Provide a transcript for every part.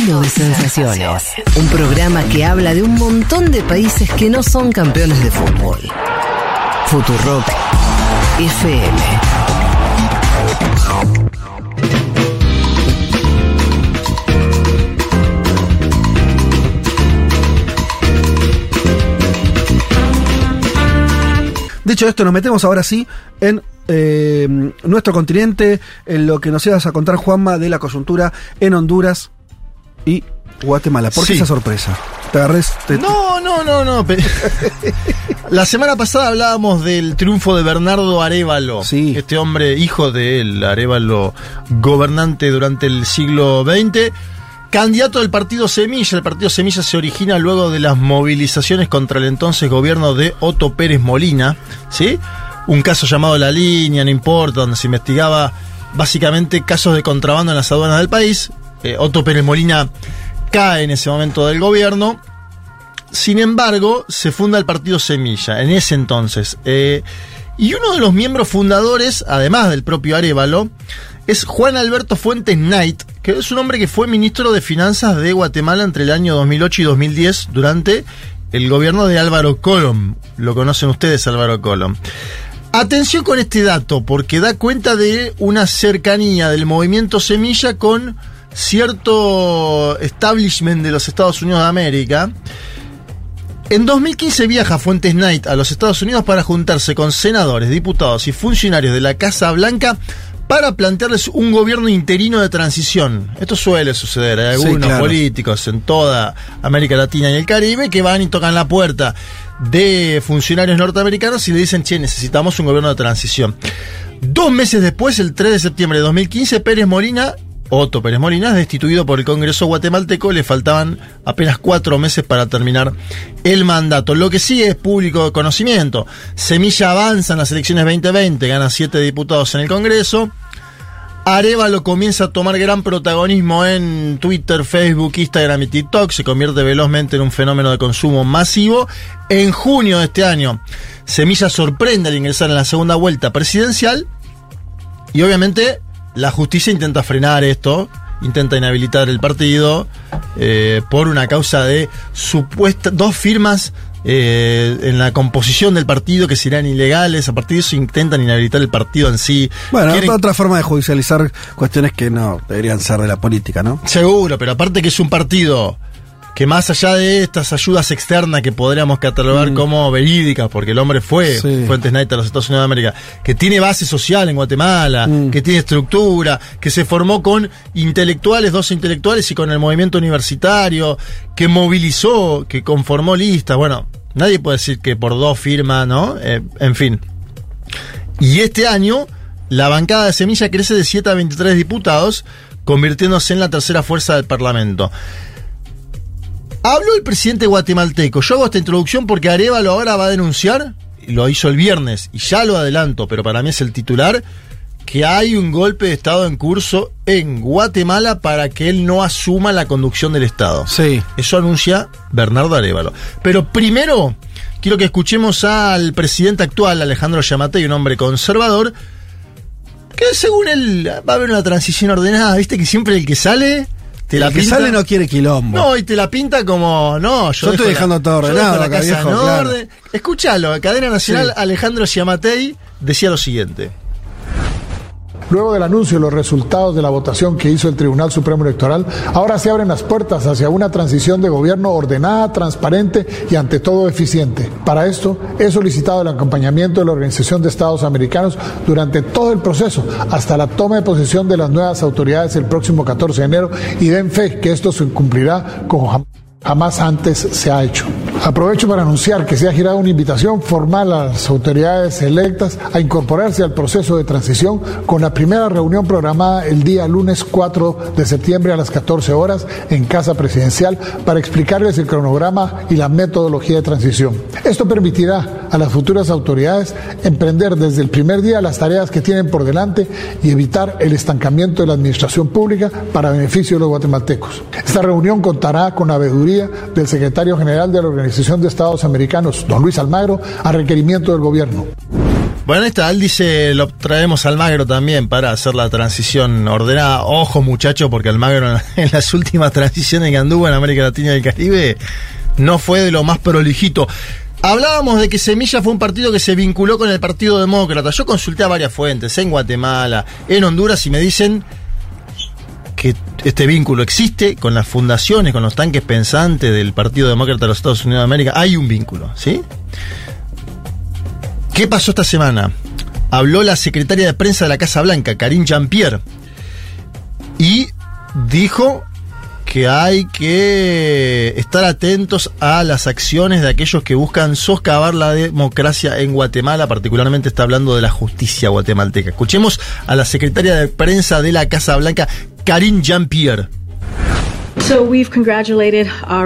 Radio de Sensaciones. Un programa que habla de un montón de países que no son campeones de fútbol. Futurock FM. Dicho esto, nos metemos ahora sí en nuestro continente, en lo que nos ibas a contar, Juanma, de la coyuntura en Honduras y Guatemala. ¿Por qué esa sorpresa? ¿Te agarré? No. La semana pasada hablábamos del triunfo de Bernardo Arévalo. Sí. Este hombre, hijo de él, Arévalo, gobernante durante el siglo XX. Candidato del partido Semilla. El partido Semilla se origina luego de las movilizaciones contra el entonces gobierno de Otto Pérez Molina, ¿sí? Un caso llamado La Línea, no importa, donde se investigaba básicamente casos de contrabando en las aduanas del país. Otto Pérez Molina cae en ese momento del gobierno. Sin embargo, se funda el partido Semilla en ese entonces. Y uno de los miembros fundadores, además del propio Arévalo, es Juan Alberto Fuentes Knight, que es un hombre que fue ministro de Finanzas de Guatemala entre el año 2008 y 2010 durante el gobierno de Álvaro Colom. Lo conocen ustedes, Álvaro Colom. Atención con este dato, porque da cuenta de una cercanía del movimiento Semilla con cierto establishment de los Estados Unidos de América. En 2015 viaja Fuentes Knight a los Estados Unidos para juntarse con senadores, diputados y funcionarios de la Casa Blanca para plantearles un gobierno interino de transición. Esto suele suceder. Hay algunos políticos en toda América Latina y el Caribe que van y tocan la puerta de funcionarios norteamericanos y le dicen, che, necesitamos un gobierno de transición. 2 meses después, el 3 de septiembre de 2015, Otto Pérez Molina es destituido por el Congreso guatemalteco. Le faltaban apenas 4 meses para terminar el mandato. Lo que sí es público de conocimiento. Semilla avanza en las elecciones 2020, gana 7 diputados en el Congreso. Arévalo comienza a tomar gran protagonismo en Twitter, Facebook, Instagram y TikTok. Se convierte velozmente en un fenómeno de consumo masivo. En junio de este año, Semilla sorprende al ingresar en la segunda vuelta presidencial. Y obviamente la justicia intenta frenar esto, intenta inhabilitar el partido por una causa de supuestas 2 firmas en la composición del partido que serán ilegales. A partir de eso intentan inhabilitar el partido en sí. Bueno, otra forma de judicializar cuestiones que no deberían ser de la política, ¿no? Seguro, pero aparte que es un partido que más allá de estas ayudas externas que podríamos catalogar como verídicas, porque el hombre fue Fuentes Knight a los Estados Unidos de América, que tiene base social en Guatemala, que tiene estructura, que se formó con intelectuales, 12 intelectuales y con el movimiento universitario, que movilizó, que conformó listas. Bueno, nadie puede decir que por 2 firmas, ¿no? En fin. Y este año, la bancada de Semilla crece de 7 a 23 diputados, convirtiéndose en la tercera fuerza del Parlamento. Habló el presidente guatemalteco. Yo hago esta introducción porque Arévalo ahora va a denunciar, lo hizo el viernes, y ya lo adelanto, pero para mí es el titular, que hay un golpe de Estado en curso en Guatemala para que él no asuma la conducción del Estado. Sí. Eso anuncia Bernardo Arévalo. Pero primero, quiero que escuchemos al presidente actual, Alejandro Yamatei, un hombre conservador, que según él va a haber una transición ordenada. Viste que siempre el que sale... El que sale no quiere quilombo. No, y te la pinta como... No, yo estoy dejando todo ordenado. La casa viejo, en orden. Claro. Escuchalo, Cadena Nacional, Alejandro Yamatei decía lo siguiente. Luego del anuncio de los resultados de la votación que hizo el Tribunal Supremo Electoral, ahora se abren las puertas hacia una transición de gobierno ordenada, transparente y ante todo eficiente. Para esto, he solicitado el acompañamiento de la Organización de Estados Americanos durante todo el proceso, hasta la toma de posesión de las nuevas autoridades el próximo 14 de enero, y den fe que esto se cumplirá como jamás antes se ha hecho. Aprovecho para anunciar que se ha girado una invitación formal a las autoridades electas a incorporarse al proceso de transición con la primera reunión programada el día lunes 4 de septiembre a las 14 horas en Casa Presidencial para explicarles el cronograma y la metodología de transición. Esto permitirá a las futuras autoridades emprender desde el primer día las tareas que tienen por delante y evitar el estancamiento de la administración pública para beneficio de los guatemaltecos. Esta reunión contará con la veeduría del secretario general de la Organización de Estados Americanos, don Luis Almagro, a requerimiento del gobierno. Bueno, ahí está, él dice, lo traemos a Almagro también para hacer la transición ordenada. Ojo, muchachos, porque Almagro en las últimas transiciones que anduvo en América Latina y el Caribe no fue de lo más prolijito. Hablábamos de que Semilla fue un partido que se vinculó con el Partido Demócrata. Yo consulté a varias fuentes, en Guatemala, en Honduras, y me dicen que este vínculo existe con las fundaciones, con los tanques pensantes del Partido Demócrata de los Estados Unidos de América. Hay un vínculo, ¿sí? ¿Qué pasó esta semana? Habló la secretaria de prensa de la Casa Blanca, Karine Jean-Pierre, y dijo que hay que estar atentos a las acciones de aquellos que buscan soscavar la democracia en Guatemala. Particularmente está hablando de la justicia guatemalteca. Escuchemos a la secretaria de prensa de la Casa Blanca, Karine Jean-Pierre. So we've congratulated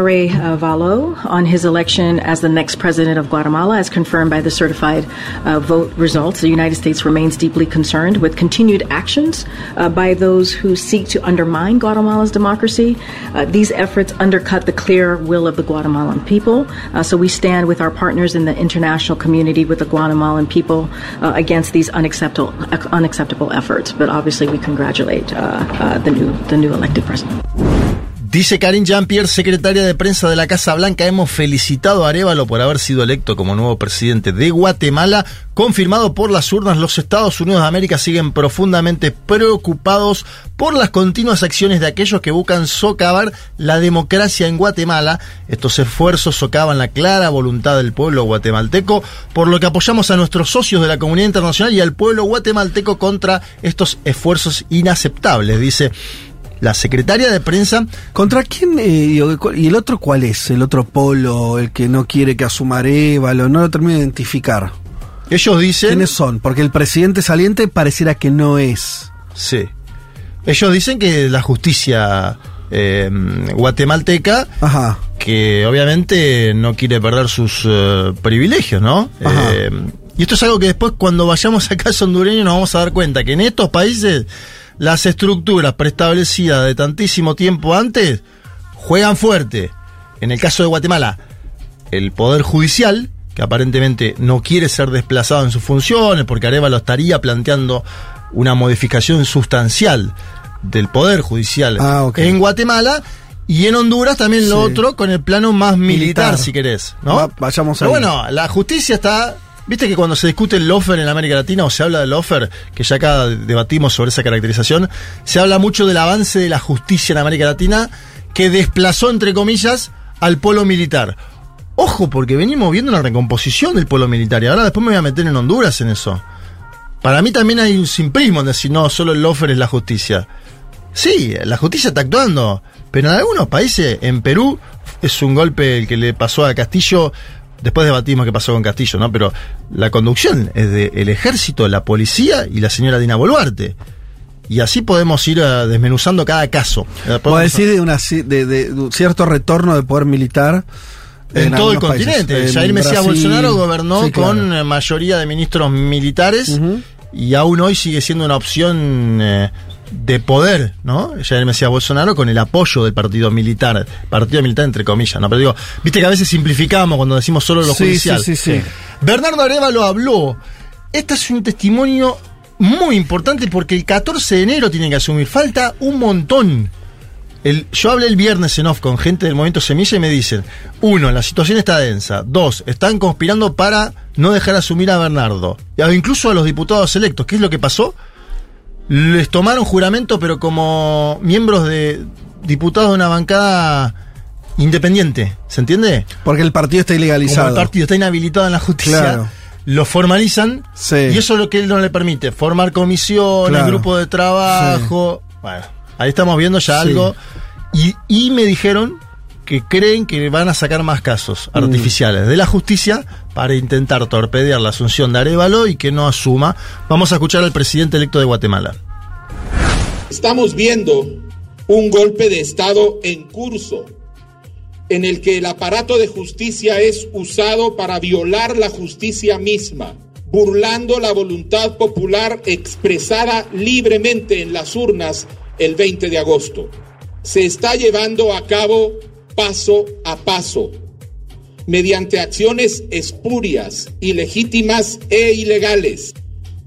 Arevalo on his election as the next president of Guatemala, as confirmed by the certified vote results. The United States remains deeply concerned with continued actions by those who seek to undermine Guatemala's democracy. These efforts undercut the clear will of the Guatemalan people. So we stand with our partners in the international community, with the Guatemalan people, against these unacceptable efforts. But obviously we congratulate the new elected president. Dice Karine Jean-Pierre, secretaria de prensa de la Casa Blanca, hemos felicitado a Arévalo por haber sido electo como nuevo presidente de Guatemala. Confirmado por las urnas, los Estados Unidos de América siguen profundamente preocupados por las continuas acciones de aquellos que buscan socavar la democracia en Guatemala. Estos esfuerzos socavan la clara voluntad del pueblo guatemalteco, por lo que apoyamos a nuestros socios de la comunidad internacional y al pueblo guatemalteco contra estos esfuerzos inaceptables, dice la secretaria de prensa. ¿Contra quién? ¿Y el otro cuál es? ¿El otro polo? ¿El que no quiere que asuma Arévalo? No lo termino de identificar. Ellos dicen... ¿Quiénes son? Porque el presidente saliente pareciera que no es. Sí. Ellos dicen que la justicia guatemalteca, ajá, que obviamente no quiere perder sus privilegios, ¿no? Y esto es algo que después, cuando vayamos a caso hondureño, nos vamos a dar cuenta que en estos países las estructuras preestablecidas de tantísimo tiempo antes juegan fuerte. En el caso de Guatemala, el Poder Judicial, que aparentemente no quiere ser desplazado en sus funciones, porque Arévalo estaría planteando una modificación sustancial del Poder Judicial en Guatemala, y en Honduras también lo otro, con el plano más militar, si querés, ¿no? Vayamos ahí. Pero bueno, la justicia está... Viste que cuando se discute el lawfare en América Latina, o se habla del lawfare, que ya acá debatimos sobre esa caracterización, se habla mucho del avance de la justicia en América Latina, que desplazó, entre comillas, al polo militar. Ojo, porque venimos viendo una recomposición del polo militar, y ahora después me voy a meter en Honduras en eso. Para mí también hay un simplismo en decir, no, solo el lawfare es la justicia. Sí, la justicia está actuando, pero en algunos países, en Perú, es un golpe el que le pasó a Castillo. Después debatimos qué pasó con Castillo, ¿no? Pero la conducción es del ejército, la policía y la señora Dina Boluarte. Y así podemos ir desmenuzando cada caso. Puedo decir de un cierto retorno de poder militar en todo el continente. Jair Mesías Bolsonaro gobernó con mayoría de ministros militares, y aún hoy sigue siendo una opción de poder, ¿no? Jair Mesías Bolsonaro, con el apoyo del partido militar entre comillas, ¿no? Pero digo, viste que a veces simplificamos cuando decimos solo lo judicial. Sí. Bernardo Arévalo habló. Este es un testimonio muy importante porque el 14 de enero tienen que asumir. Falta un montón. Yo hablé el viernes en off con gente del Movimiento Semilla y me dicen, 1, la situación está densa. 2, están conspirando para no dejar asumir a Bernardo. Incluso a los diputados electos. ¿Qué es lo que pasó? Les tomaron juramento, pero como miembros de diputados de una bancada independiente, ¿se entiende? Porque el partido está ilegalizado. Como el partido está inhabilitado en la justicia, lo formalizan, y eso es lo que él no le permite, formar comisiones, grupos de trabajo. Bueno, ahí estamos viendo ya algo, y me dijeron que creen que van a sacar más casos artificiales de la justicia para intentar torpedear la asunción de Arévalo y que no asuma. Vamos a escuchar al presidente electo de Guatemala. Estamos viendo un golpe de Estado en curso, en el que el aparato de justicia es usado para violar la justicia misma, burlando la voluntad popular expresada libremente en las urnas el 20 de agosto. Se está llevando a cabo paso a paso, mediante acciones espurias, ilegítimas e ilegales,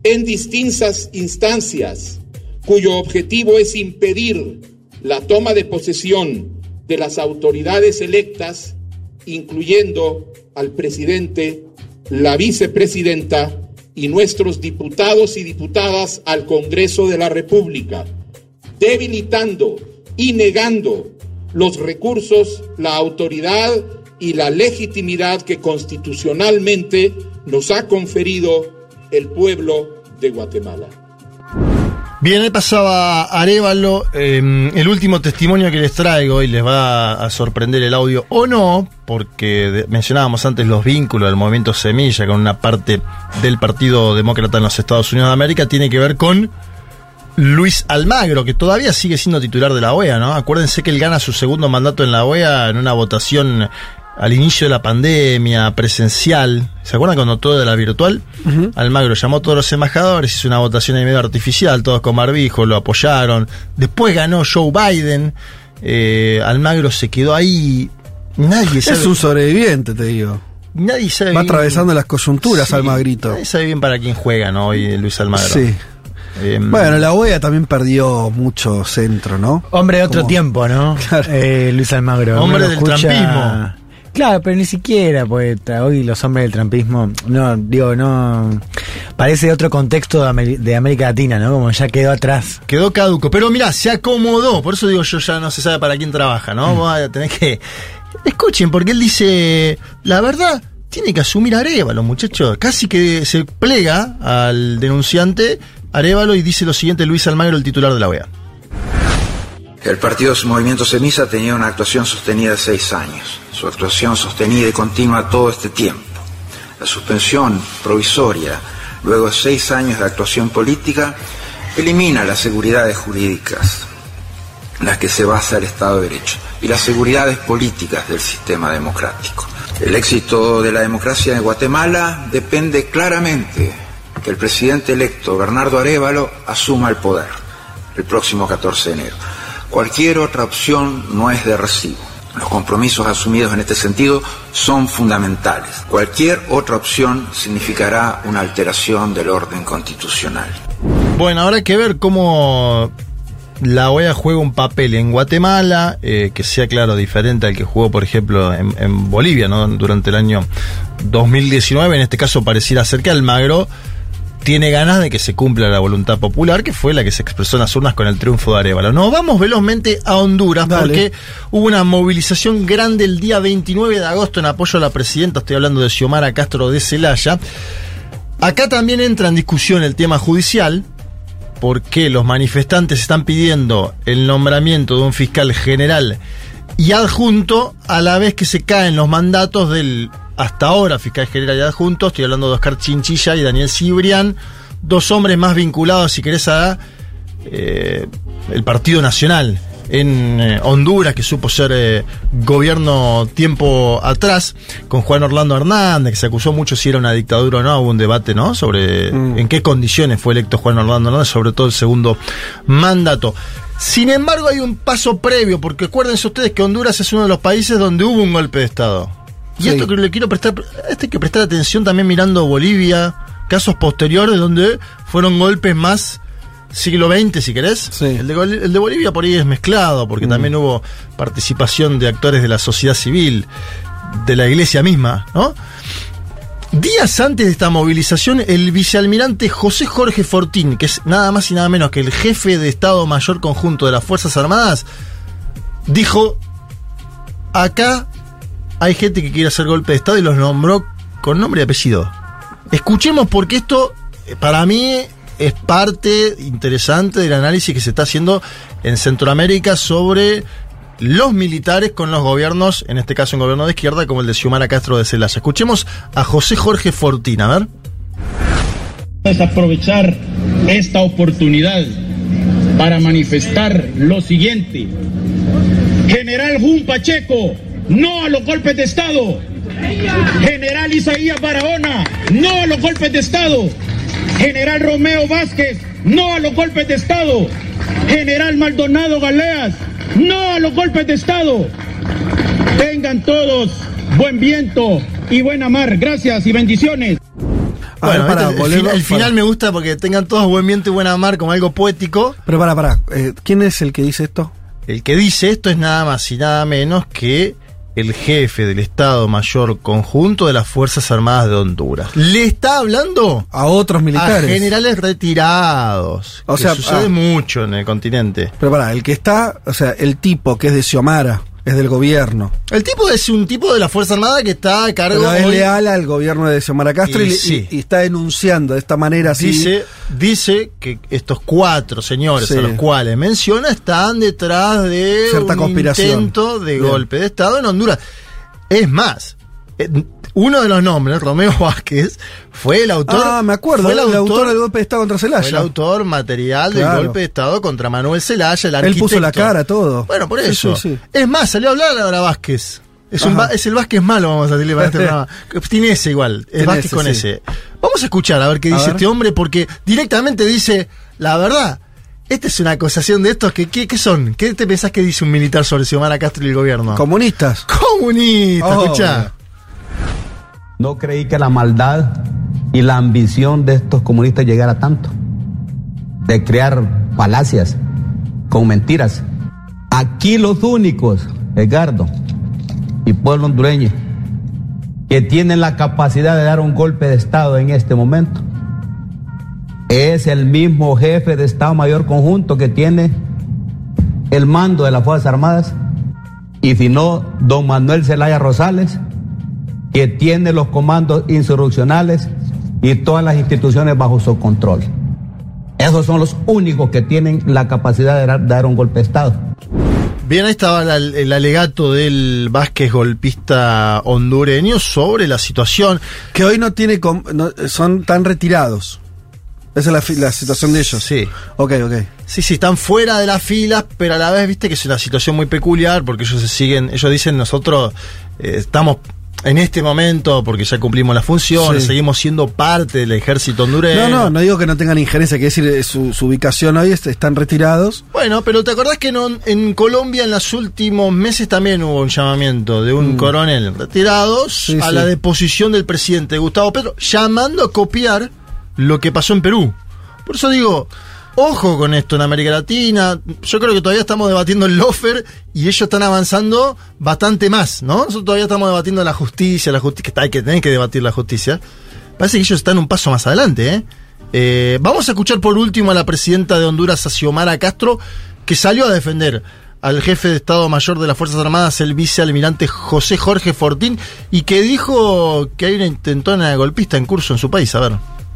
en distintas instancias, cuyo objetivo es impedir la toma de posesión de las autoridades electas, incluyendo al presidente, la vicepresidenta y nuestros diputados y diputadas al Congreso de la República, debilitando y negando los recursos, la autoridad y la legitimidad que constitucionalmente nos ha conferido el pueblo de Guatemala. Bien, ahí pasaba Arévalo, el último testimonio que les traigo, y les va a sorprender el audio o no, porque mencionábamos antes los vínculos del movimiento Semilla con una parte del Partido Demócrata en los Estados Unidos de América, tiene que ver con Luis Almagro, que todavía sigue siendo titular de la OEA, ¿no? Acuérdense que él gana su segundo mandato en la OEA en una votación al inicio de la pandemia, presencial. ¿Se acuerdan cuando todo era virtual? Uh-huh. Almagro llamó a todos los embajadores, hizo una votación ahí medio artificial, todos con barbijo, lo apoyaron. Después ganó Joe Biden. Almagro se quedó ahí. Nadie sabe. Es un sobreviviente, te digo. Nadie sabe. Va bien, atravesando las coyunturas, sí, Almagrito. Nadie sabe bien para quién juega, ¿no? Hoy Luis Almagro. Sí. Bueno, la OEA también perdió mucho centro, ¿no? Hombre de otro tiempo, ¿no? Claro. Luis Almagro. Hombre del trampismo. Claro, pero ni siquiera, pues hoy los hombres del trampismo, no, parece otro contexto de América Latina, ¿no? Como ya quedó atrás. Quedó caduco, pero mirá, se acomodó, por eso digo yo, ya no se sabe para quién trabaja, ¿no? Vos a tener que... Escuchen, porque él dice, la verdad, tiene que asumir Arévalo, muchachos. Casi que se plega al denunciante Arévalo y dice lo siguiente, Luis Almagro, el titular de la OEA. El partido Movimiento Semilla tenía una actuación sostenida de 6 años. Su actuación sostenida y continua todo este tiempo. La suspensión provisoria, luego de 6 años de actuación política, elimina las seguridades jurídicas, las que se basa el Estado de Derecho, y las seguridades políticas del sistema democrático. El éxito de la democracia en Guatemala depende claramente que el presidente electo, Bernardo Arévalo, asuma el poder el próximo 14 de enero. Cualquier otra opción no es de recibo. Los compromisos asumidos en este sentido son fundamentales. Cualquier otra opción significará una alteración del orden constitucional. Bueno, habrá que ver cómo la OEA juega un papel en Guatemala, que sea, claro, diferente al que jugó, por ejemplo, en Bolivia, ¿no? Durante el año 2019. En este caso pareciera ser que Almagro tiene ganas de que se cumpla la voluntad popular, que fue la que se expresó en las urnas con el triunfo de Arévalo. Nos vamos velozmente a Honduras. Dale. Porque hubo una movilización grande el día 29 de agosto en apoyo a la presidenta, estoy hablando de Xiomara Castro de Celaya. Acá también entra en discusión el tema judicial, porque los manifestantes están pidiendo el nombramiento de un fiscal general y adjunto, a la vez que se caen los mandatos del hasta ahora fiscal general y adjunto. Estoy hablando de Oscar Chinchilla y Daniel Cibrián, dos hombres más vinculados, si querés, a el Partido Nacional en Honduras, que supo ser gobierno tiempo atrás, con Juan Orlando Hernández, que se acusó mucho si era una dictadura o no. Hubo un debate, ¿no?, sobre en qué condiciones fue electo Juan Orlando Hernández, sobre todo el segundo mandato. Sin embargo, hay un paso previo, porque acuérdense ustedes que Honduras es uno de los países donde hubo un golpe de Estado. Y sí, esto que le quiero prestar, hay que prestar atención también mirando Bolivia, casos posteriores donde fueron golpes más siglo XX, si querés. Sí. El de Bolivia por ahí es mezclado, porque también hubo participación de actores de la sociedad civil, de la iglesia misma, ¿no? Días antes de esta movilización, el vicealmirante José Jorge Fortín, que es nada más y nada menos que el jefe de Estado Mayor Conjunto de las Fuerzas Armadas, dijo: acá hay gente que quiere hacer golpe de Estado, y los nombró con nombre y apellido. Escuchemos, porque esto, para mí, es parte interesante del análisis que se está haciendo en Centroamérica sobre los militares con los gobiernos, en este caso un gobierno de izquierda como el de Xiomara Castro de Celaya. Escuchemos a José Jorge Fortín, a ver. Es aprovechar esta oportunidad para manifestar lo siguiente. General Jun Pacheco, no a los golpes de Estado. General Isaías Barahona, no a los golpes de Estado. General Romeo Vázquez, no a los golpes de Estado. General Maldonado Galeas, no a los golpes de Estado. Tengan todos buen viento y buena mar. Gracias y bendiciones. Bueno, el final me gusta porque tengan todos buen viento y buena mar, como algo poético. Pero pará. ¿Quién es el que dice esto? El que dice esto es nada más y nada menos que el jefe del Estado Mayor Conjunto de las Fuerzas Armadas de Honduras. Le está hablando a otros militares, a generales retirados. O sea, sucede mucho en el continente. Pero pará, el que está, o sea, el tipo que es de Xiomara, es del gobierno. El tipo es un tipo de la Fuerza Armada que está a cargo. Pero es leal al gobierno de Xiomara Castro y está denunciando de esta manera así. Dice que estos 4 señores a los cuales menciona están detrás de cierta conspiración, intento de golpe de Estado en Honduras. Es más, uno de los nombres, Romeo Vázquez, fue el autor. Me acuerdo, fue el autor del golpe de Estado contra Zelaya. Fue el autor material del golpe de Estado contra Manuel Zelaya, el arquitecto. Él puso la cara, todo. Bueno, por eso. Sí. Es más, salió a hablar ahora Vázquez. Es el Vázquez malo, vamos a decirle para este programa. Tiene ese igual, es Vázquez con ese. Vamos a escuchar a ver qué dice este hombre, porque directamente dice, la verdad, esta es una acusación de estos ¿qué son? ¿Qué te pensás que dice un militar sobre Xiomara Castro y el gobierno? Comunistas. Escuchá. No creí que la maldad y la ambición de estos comunistas llegara tanto. De crear falacias con mentiras. Aquí los únicos, Edgardo y pueblo hondureño, que tienen la capacidad de dar un golpe de Estado en este momento, es el mismo jefe de Estado Mayor Conjunto que tiene el mando de las Fuerzas Armadas, y si no, don Manuel Zelaya Rosales, que tiene los comandos insurreccionales y todas las instituciones bajo su control. Esos son los únicos que tienen la capacidad de dar un golpe de Estado. Bien, ahí estaba el alegato del Vázquez golpista hondureño sobre la situación. Que hoy son tan retirados. Esa es la situación de ellos. Sí. Ok. Sí, están fuera de las filas, pero a la vez, viste que es una situación muy peculiar, porque ellos dicen, nosotros estamos en este momento, porque ya cumplimos la función, seguimos siendo parte del ejército hondureño. No digo que no tengan injerencia, quiere decir su ubicación hoy están retirados. Bueno, pero ¿te acordás que en Colombia en los últimos meses también hubo un llamamiento de un coronel retirados a la deposición del presidente Gustavo Petro, llamando a copiar lo que pasó en Perú? Por eso digo, ojo con esto en América Latina. Yo creo que todavía estamos debatiendo el lawfare y ellos están avanzando bastante más, ¿no? Nosotros todavía estamos debatiendo la justicia, que tenés que debatir la justicia. Parece que ellos están un paso más adelante, Vamos a escuchar por último a la presidenta de Honduras, a Xiomara Castro, que salió a defender al jefe de Estado Mayor de las Fuerzas Armadas, el vicealmirante José Jorge Fortín, y que dijo que hay una intentona golpista en curso en su país. A ver.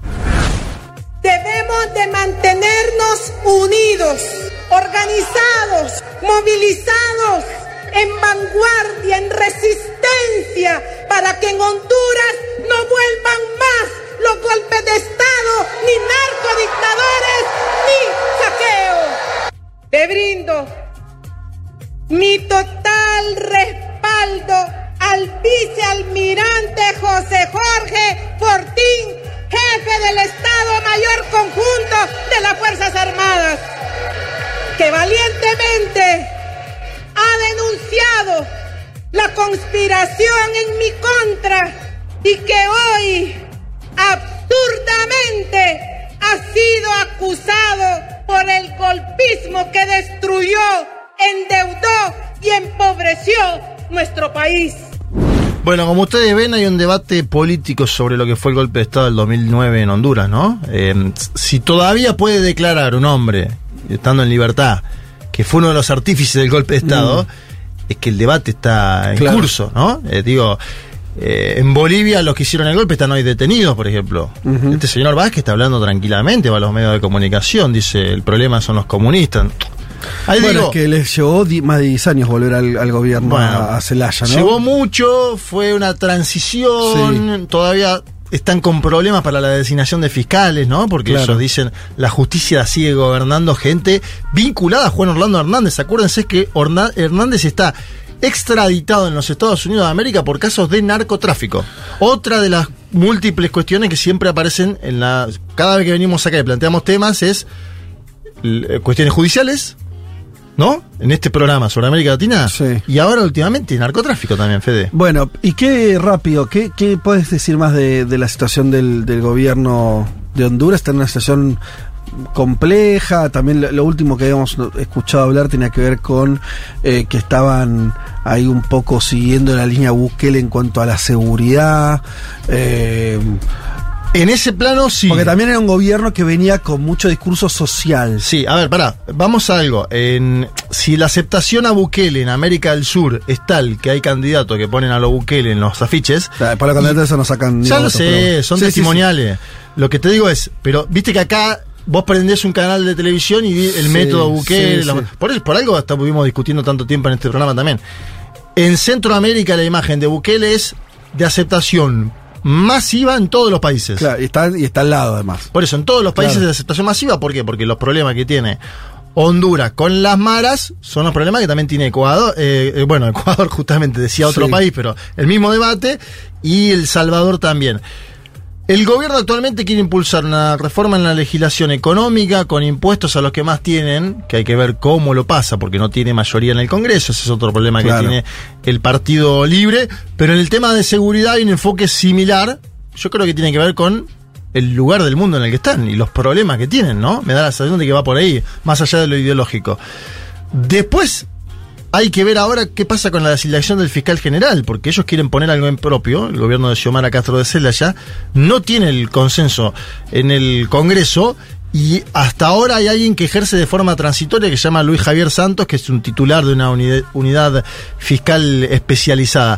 Debemos de mantenernos unidos, organizados, movilizados, en vanguardia, en resistencia, para que en Honduras no vuelvan más los golpes de Estado, ni narcodictadores, ni saqueo. Te brindo mi total respaldo al vicealmirante José Jorge Fortín, jefe del Estado Mayor Conjunto de las Fuerzas Armadas, que valientemente ha denunciado la conspiración en mi contra y que hoy absurdamente ha sido acusado por el golpismo que destruyó, endeudó y empobreció nuestro país. Bueno, como ustedes ven, hay un debate político sobre lo que fue el golpe de Estado del 2009 en Honduras, ¿no? Si todavía puede declarar un hombre, estando en libertad, que fue uno de los artífices del golpe de Estado, es que el debate está en curso, ¿no? En Bolivia los que hicieron el golpe están hoy detenidos, por ejemplo. Este señor Vázquez está hablando tranquilamente, va a los medios de comunicación, dice, el problema son los comunistas. Es que les llevó más de 10 años volver al gobierno, a Zelaya, ¿no? Llevó mucho, fue una transición, todavía están con problemas para la designación de fiscales, ¿no? Porque ellos dicen, la justicia sigue gobernando gente vinculada a Juan Orlando Hernández. Acuérdense que Hernández está extraditado en los Estados Unidos de América por casos de narcotráfico. Otra de las múltiples cuestiones que siempre aparecen cada vez que venimos acá y planteamos temas es cuestiones judiciales, ¿no? En este programa sobre América Latina. Sí. Y ahora últimamente narcotráfico también, Fede. Bueno, y qué rápido, ¿qué puedes decir más de la situación del gobierno de Honduras? Está en una situación compleja. También lo último que habíamos escuchado hablar tenía que ver con que estaban ahí un poco siguiendo la línea Bukele en cuanto a la seguridad. En ese plano sí. Porque también era un gobierno que venía con mucho discurso social. Sí, a ver, pará, vamos a algo. Si la aceptación a Bukele en América del Sur es tal que hay candidatos que ponen a los Bukele en los afiches. Para los candidatos eso no sacan ni ya lo votos, sé, pero son sí, testimoniales. Sí. Lo que te digo es, pero viste que acá vos prendés un canal de televisión y el método Bukele. Sí. Por algo estuvimos discutiendo tanto tiempo en este programa también. En Centroamérica la imagen de Bukele es de aceptación masiva en todos los países. Claro, y está al lado además. Por eso, en todos los países de aceptación masiva, ¿por qué? Porque los problemas que tiene Honduras con las maras son los problemas que también tiene Ecuador. Ecuador justamente decía otro país, pero el mismo debate, y El Salvador también. El gobierno actualmente quiere impulsar una reforma en la legislación económica con impuestos a los que más tienen, que hay que ver cómo lo pasa, porque no tiene mayoría en el Congreso, ese es otro problema que tiene el Partido Libre, pero en el tema de seguridad hay un enfoque similar, yo creo que tiene que ver con el lugar del mundo en el que están y los problemas que tienen, ¿no? Me da la sensación de que va por ahí, más allá de lo ideológico. Después hay que ver ahora qué pasa con la designación del fiscal general, porque ellos quieren poner algo en propio. El gobierno de Xiomara Castro de Celaya no tiene el consenso en el Congreso, y hasta ahora hay alguien que ejerce de forma transitoria que se llama Luis Javier Santos, que es un titular de una unidad fiscal especializada.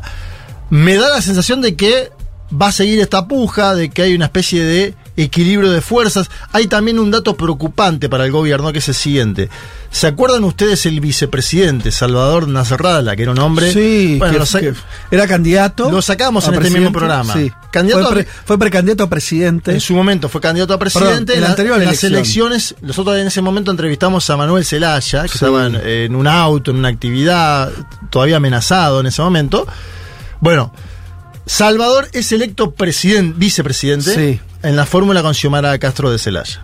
Me da la sensación de que va a seguir esta puja, de que hay una especie de equilibrio de fuerzas. Hay también un dato preocupante para el gobierno, que es el siguiente. ¿Se acuerdan ustedes el vicepresidente Salvador Nasrallah, que era un hombre? Sí, bueno, que era candidato. Lo sacamos en este mismo programa. Sí. Candidato fue precandidato a presidente. En su momento fue candidato a presidente. Perdón, en las elecciones, nosotros en ese momento entrevistamos a Manuel Zelaya, que estaba en un auto, en una actividad, todavía amenazado en ese momento. Bueno, Salvador es electo vicepresidente en la fórmula con Xiomara Castro de Celaya.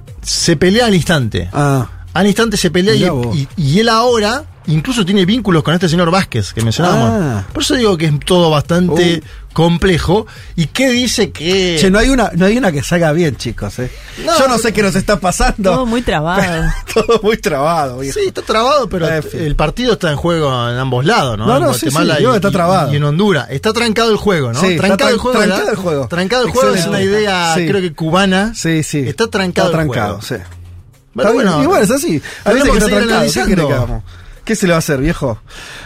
Se pelea al instante. Al instante se pelea y él ahora incluso tiene vínculos con este señor Vázquez que mencionábamos. Por eso digo que es todo bastante complejo. ¿Y qué dice que...? Che, no hay una que salga bien, chicos, No, yo no sé qué nos está pasando. Todo muy trabado. Todo muy trabado, viejo. Sí, está trabado, pero el partido está en juego en ambos lados, ¿no? No, en Guatemala está trabado. Y en Honduras. Está trancado el juego, ¿no? Sí, trancado el juego. Trancado el juego. Trancado el juego es una idea, creo que cubana. Sí. Está trancado el juego. Sí. Pero bueno, y bueno, es así. A veces que está trancado. ¿Qué se le va a hacer, viejo?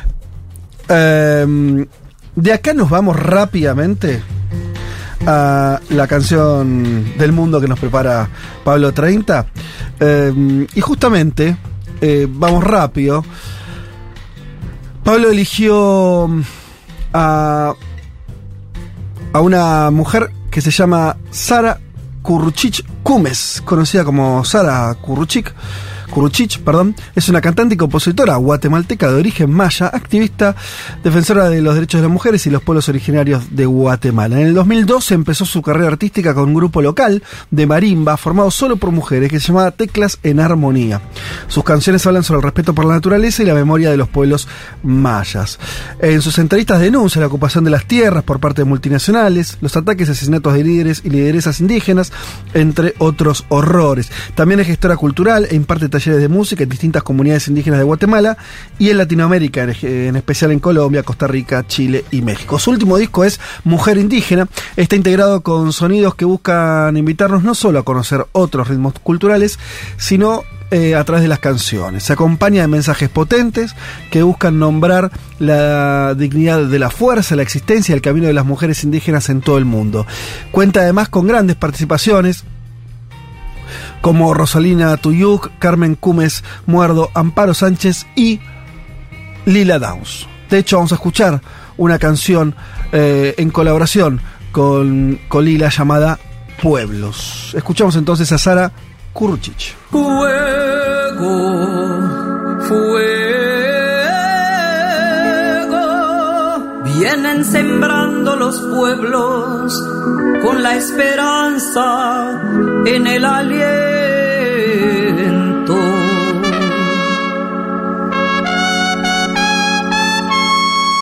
De acá nos vamos rápidamente a la canción del mundo que nos prepara Pablo 30. Y justamente, vamos rápido. Pablo eligió a una mujer que se llama Sara Curruchich Cumes, conocida como Sara Curruchich, es una cantante y compositora guatemalteca de origen maya, activista, defensora de los derechos de las mujeres y los pueblos originarios de Guatemala. En el 2012 empezó su carrera artística con un grupo local de marimba formado solo por mujeres que se llamaba Teclas en Armonía. Sus canciones hablan sobre el respeto por la naturaleza y la memoria de los pueblos mayas. En sus entrevistas denuncia la ocupación de las tierras por parte de multinacionales, los ataques y asesinatos de líderes y lideresas indígenas, entre otros horrores. También es gestora cultural e imparte talleres de música en distintas comunidades indígenas de Guatemala y en Latinoamérica, en especial en Colombia, Costa Rica, Chile y México. Su último disco es Mujer Indígena. Está integrado con sonidos que buscan invitarnos no solo a conocer otros ritmos culturales, sino a través de las canciones. Se acompaña de mensajes potentes que buscan nombrar la dignidad de la fuerza, la existencia y el camino de las mujeres indígenas en todo el mundo. Cuenta además con grandes participaciones como Rosalina Tuyuk, Carmen Cumes Muerdo, Amparo Sánchez y Lila Downs. De hecho, vamos a escuchar una canción en colaboración con Lila llamada Pueblos. Escuchamos entonces a Sara Curruchich. Fuego, fuego, vienen sembrando los pueblos con la esperanza en el aliento.